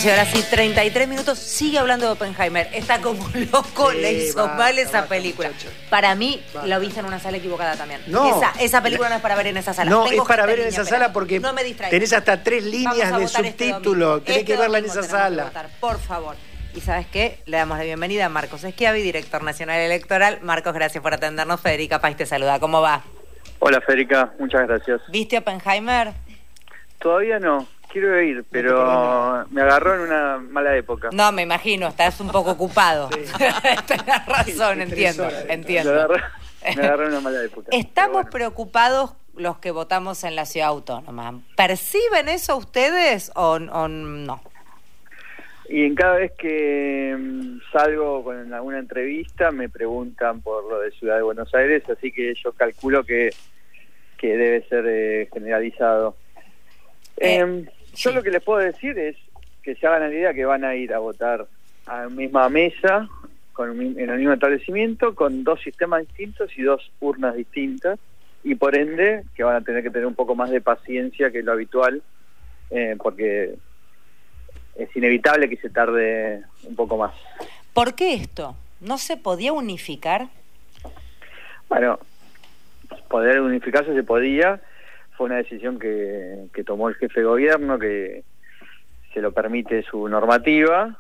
11:33. Sigue hablando de Oppenheimer. Está como loco, le hizo mal esa película. Para mí, lo viste en una sala equivocada también. No. Esa película no es para ver en esa sala. No, Tengo es para gente ver en niña, esa sala porque no me distraigas. tenés hasta 3 líneas de subtítulo. Tenés que verla en esa sala. Por favor. Y ¿sabes qué? Le damos la bienvenida a Marcos Schiavi, director nacional electoral. Marcos, gracias por atendernos. Federica País te saluda. ¿Cómo va? Hola, Federica. Muchas gracias. ¿Viste Oppenheimer? Todavía no. Quiero ir, pero me agarró en una mala época. No, me imagino. Estás un poco ocupado. Sí. Tenés razón, entiendo. Me agarró en una mala época. Estamos preocupados los que votamos en la ciudad autónoma. ¿Perciben eso ustedes o no? Y en cada vez que salgo con alguna entrevista me preguntan por lo de Ciudad de Buenos Aires, así que yo calculo que debe ser generalizado. Yo lo que les puedo decir es que se hagan la idea que van a ir a votar a la misma mesa, en el mismo establecimiento, con 2 sistemas distintos y 2 urnas distintas, y por ende que van a tener que tener un poco más de paciencia que lo habitual, porque es inevitable que se tarde un poco más. ¿Por qué esto? ¿No se podía unificar? Bueno, poder unificarse se podía. Fue una decisión que tomó el jefe de gobierno, que se lo permite su normativa,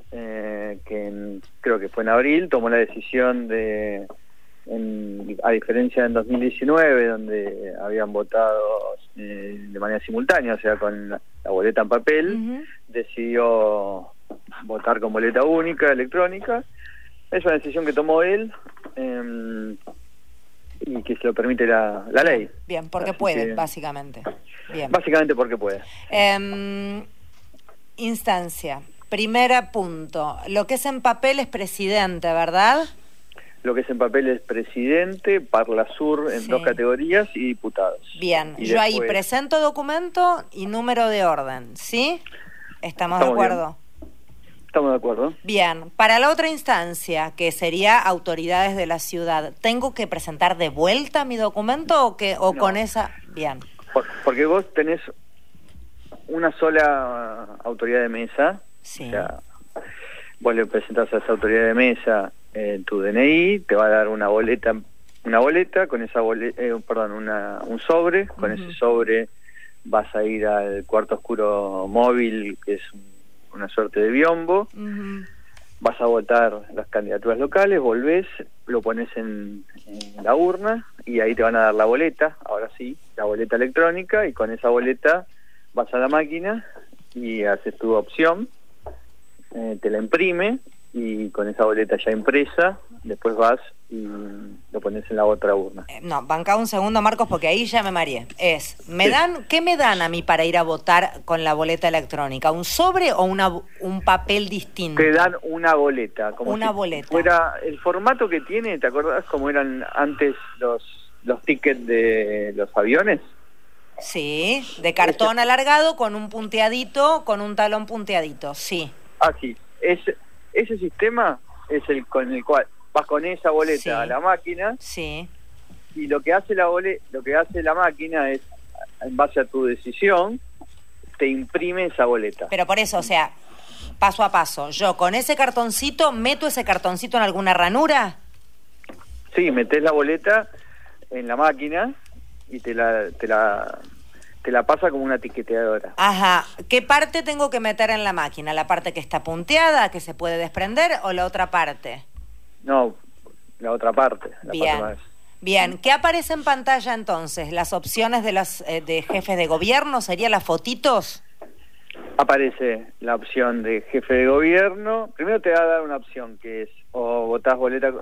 creo que fue en abril, tomó la decisión a diferencia en 2019, donde habían votado de manera simultánea, o sea, con la boleta en papel, decidió votar con boleta única, electrónica. Es una decisión que tomó él, y que se lo permite la ley. Bien, porque puede, básicamente. Bien. Básicamente porque puede. Instancia. Primer punto. Lo que es en papel es presidente, ¿verdad? Lo que es en papel es presidente, Parlasur en 2 categorías y diputados. Bien, y yo después... ahí presento documento y número de orden, ¿sí? ¿Estamos de acuerdo? Bien. Estamos de acuerdo. Bien, para la otra instancia, que sería autoridades de la ciudad, ¿tengo que presentar de vuelta mi documento o con esa...? Bien. Porque vos tenés una sola autoridad de mesa, sí. O sea, vos le presentás a esa autoridad de mesa tu DNI, te va a dar una boleta, con esa boleta, un sobre, con ese sobre vas a ir al cuarto oscuro móvil, que es una suerte de biombo, vas a votar las candidaturas locales, volvés, lo pones en la urna y ahí te van a dar la boleta, ahora sí, la boleta electrónica, y con esa boleta vas a la máquina y haces tu opción, te la imprime, y con esa boleta ya impresa, después vas y lo pones en la otra urna. No, banca un segundo, Marcos, porque ahí ya me mareé. ¿Qué me dan a mí para ir a votar con la boleta electrónica? ¿Un sobre o un papel distinto? Te dan una boleta. Como una si boleta. Fuera el formato que tiene, ¿te acordás cómo eran antes los tickets de los aviones? Sí, de cartón alargado con un punteadito, con un talón punteadito, sí. Ah, sí. Ese sistema es el con el cual vas con esa boleta a la máquina, y lo que hace la máquina es, en base a tu decisión, te imprime esa boleta. Pero por eso, o sea, paso a paso, yo con ese cartoncito, ¿meto ese cartoncito en alguna ranura? Sí, metés la boleta en la máquina y te la pasa como una etiquetadora. Ajá. ¿Qué parte tengo que meter en la máquina? ¿La parte que está punteada, que se puede desprender, o la otra parte? No, la otra parte. Bien. ¿Qué aparece en pantalla entonces? ¿Las opciones de jefes de gobierno? ¿Serían las fotitos? Aparece la opción de jefe de gobierno. Primero te va a dar una opción que es o votás boleta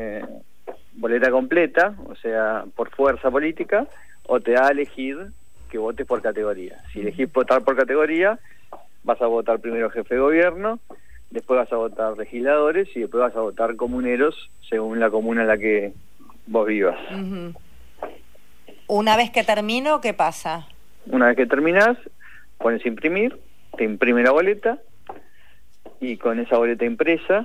completa, o sea, por fuerza política, o te da a elegir que votes por categoría. Si elegís votar por categoría, vas a votar primero jefe de gobierno, después vas a votar legisladores y después vas a votar comuneros según la comuna en la que vos vivas. Una vez que termino, ¿qué pasa? Una vez que terminás, pones imprimir, te imprime la boleta, y con esa boleta impresa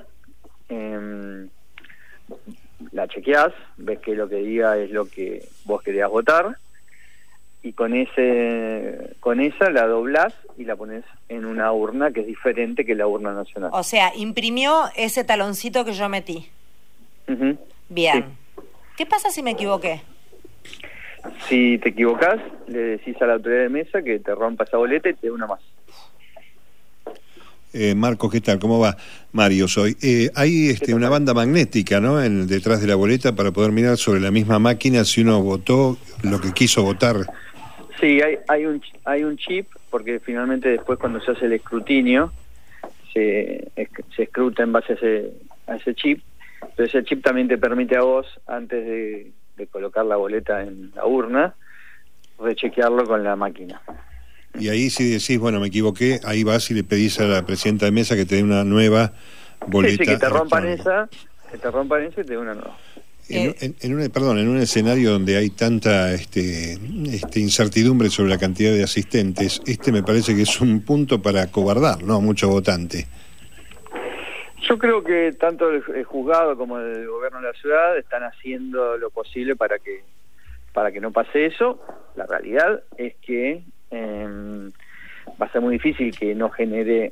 la chequeás, ves que lo que diga es lo que vos querías votar, y con esa la doblás y la pones en una urna que es diferente que la urna nacional. O sea, imprimió ese taloncito que yo metí. Uh-huh. Bien. Sí. ¿Qué pasa si me equivoqué? Si te equivocás, le decís a la autoridad de mesa que te rompa esa boleta y te dé una más. Marcos, ¿qué tal? ¿Cómo va? Mario soy. Hay una banda magnética, ¿no? Detrás de la boleta para poder mirar sobre la misma máquina si uno votó lo que quiso votar. Sí, hay un chip, porque finalmente después cuando se hace el escrutinio se escruta en base a ese chip. Entonces el chip también te permite a vos, antes de colocar la boleta en la urna, rechequearlo con la máquina. Y ahí si decís, bueno, me equivoqué, ahí vas y le pedís a la presidenta de mesa que te dé una nueva boleta. Sí, que te rompan esa y te dé una nueva. En un escenario donde hay tanta incertidumbre sobre la cantidad de asistentes, me parece que es un punto para acobardar, ¿no? Mucho votante. Yo creo que tanto el juzgado como el gobierno de la ciudad están haciendo lo posible para que no pase eso. La realidad es que va a ser muy difícil que no genere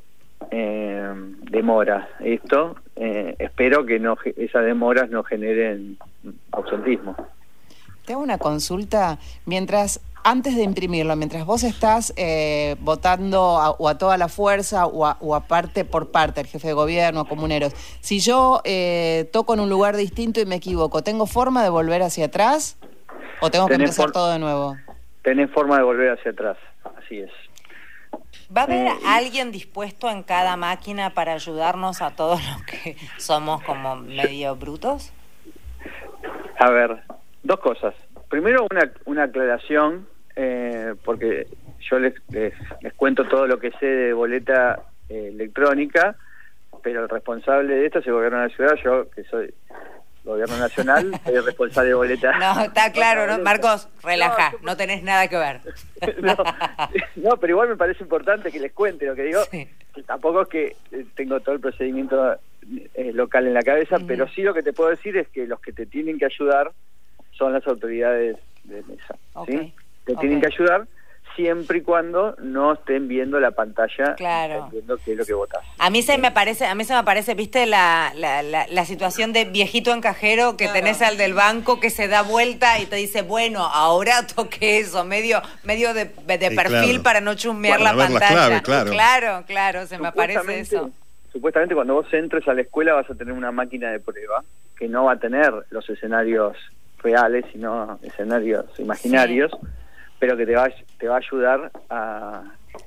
demoras esto. Espero que esas demoras no generen ausentismo. Te hago una consulta. Antes de imprimirlo, mientras vos estás votando o a toda la fuerza o a parte por parte, el jefe de gobierno, comuneros, si yo toco en un lugar distinto y me equivoco, ¿tengo forma de volver hacia atrás o tengo que empezar todo de nuevo? Tenés forma de volver hacia atrás, así es. ¿Va a haber alguien dispuesto en cada máquina para ayudarnos a todos los que somos como medio brutos? A ver, dos cosas. Primero, una aclaración, porque yo les cuento todo lo que sé de boleta electrónica, pero el responsable de esto es el gobierno de la ciudad. Yo, que soy gobierno nacional, soy el responsable de boleta. No, está claro, ¿no? Marcos, relaja, no tenés nada que ver. No, pero igual me parece importante que les cuente lo que digo. Sí. Tampoco es que tengo todo el procedimiento local en la cabeza, pero sí lo que te puedo decir es que los que te tienen que ayudar son las autoridades de mesa. Okay. ¿Sí? Te tienen que ayudar siempre y cuando no estén viendo la pantalla, claro, viendo qué es lo que votás. A mí se me parece, viste, la situación de viejito en cajero que claro, tenés al del banco que se da vuelta y te dice, bueno, ahora toqué eso, medio de perfil, claro, para no chusmear la pantalla. Claro, se me aparece eso. Supuestamente cuando vos entres a la escuela vas a tener una máquina de prueba que no va a tener los escenarios reales, sino escenarios imaginarios, sí, pero que te va a ayudar a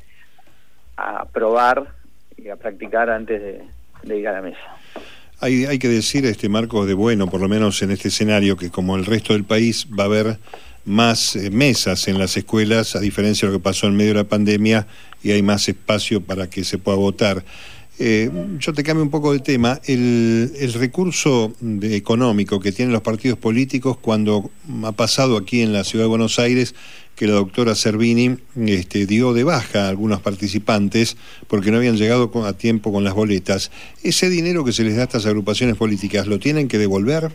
probar y a practicar antes de ir a la mesa. Hay que decir, Marcos, de bueno, por lo menos en este escenario, que como el resto del país va a haber más mesas en las escuelas, a diferencia de lo que pasó en medio de la pandemia, y hay más espacio para que se pueda votar. Yo te cambio un poco de tema. El recurso económico que tienen los partidos políticos, cuando ha pasado aquí en la Ciudad de Buenos Aires que la doctora Servini dio de baja a algunos participantes porque no habían llegado a tiempo con las boletas, ¿ese dinero que se les da a estas agrupaciones políticas lo tienen que devolver?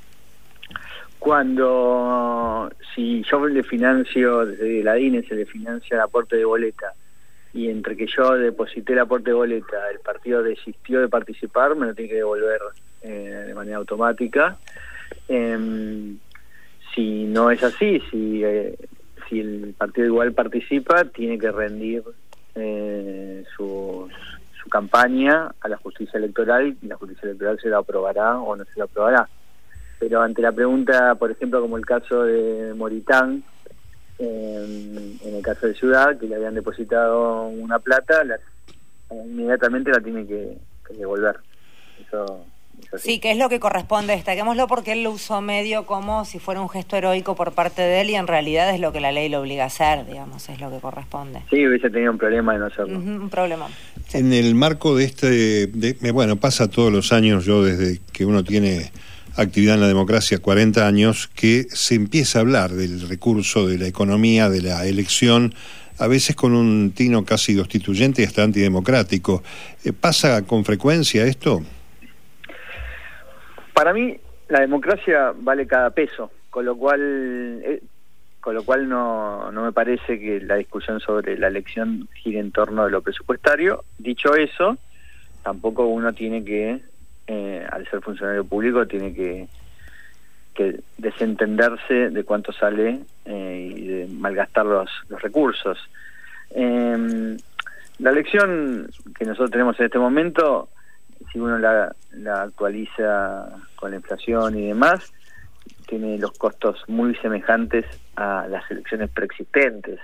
Si yo le financio, desde la DINE se le financia el aporte de boleta, y entre que yo deposité el aporte de boleta, el partido desistió de participar, me lo tiene que devolver de manera automática. Si no es así, si el partido igual participa, tiene que rendir su campaña a la justicia electoral, y la justicia electoral se la aprobará o no se la aprobará. Pero ante la pregunta, por ejemplo, como el caso de Moritán, en el caso de Ciudad, que le habían depositado una plata, inmediatamente la tiene que devolver. Eso sí, que es lo que corresponde, destaquémoslo, porque él lo usó medio como si fuera un gesto heroico por parte de él, y en realidad es lo que la ley lo obliga a hacer, digamos, es lo que corresponde. Sí, hubiese tenido un problema de no hacerlo. Un problema. Sí. En el marco de bueno, pasa todos los años, yo desde que uno tiene actividad en la democracia, 40 años, que se empieza a hablar del recurso, de la economía, de la elección, a veces con un tino casi constituyente y hasta antidemocrático. ¿Pasa con frecuencia esto? Para mí, la democracia vale cada peso, con lo cual con lo cual no me parece que la discusión sobre la elección gire en torno de lo presupuestario. Dicho eso, tampoco uno tiene que, al ser funcionario público, tiene que desentenderse de cuánto sale y de malgastar los recursos. La elección que nosotros tenemos en este momento, si uno la actualiza con la inflación y demás, tiene los costos muy semejantes a las elecciones preexistentes.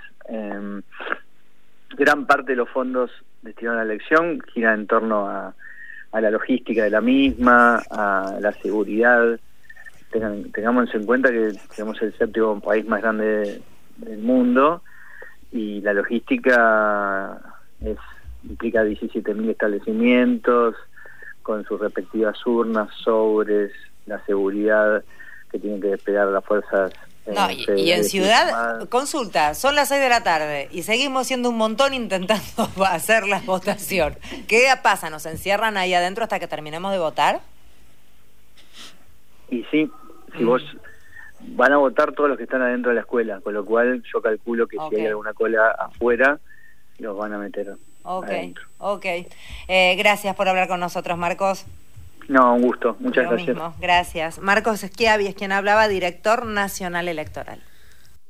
Gran parte de los fondos destinados a la elección giran en torno a la logística de la misma, a la seguridad. Tengamos en cuenta que tenemos el 7º país más grande del mundo y la logística implica 17.000 establecimientos con sus respectivas urnas, sobres, la seguridad que tienen que desplegar las fuerzas. Y en Ciudad, consulta, son las 6 de la tarde y seguimos siendo un montón intentando hacer la votación. ¿Qué pasa? ¿Nos encierran ahí adentro hasta que terminemos de votar? Y sí, si vos van a votar todos los que están adentro de la escuela, con lo cual yo calculo que si hay alguna cola afuera, los van a meter adentro. Gracias por hablar con nosotros, Marcos. No, un gusto. Muchas gracias. Gracias. Marcos Schiavi es quien hablaba, director nacional electoral.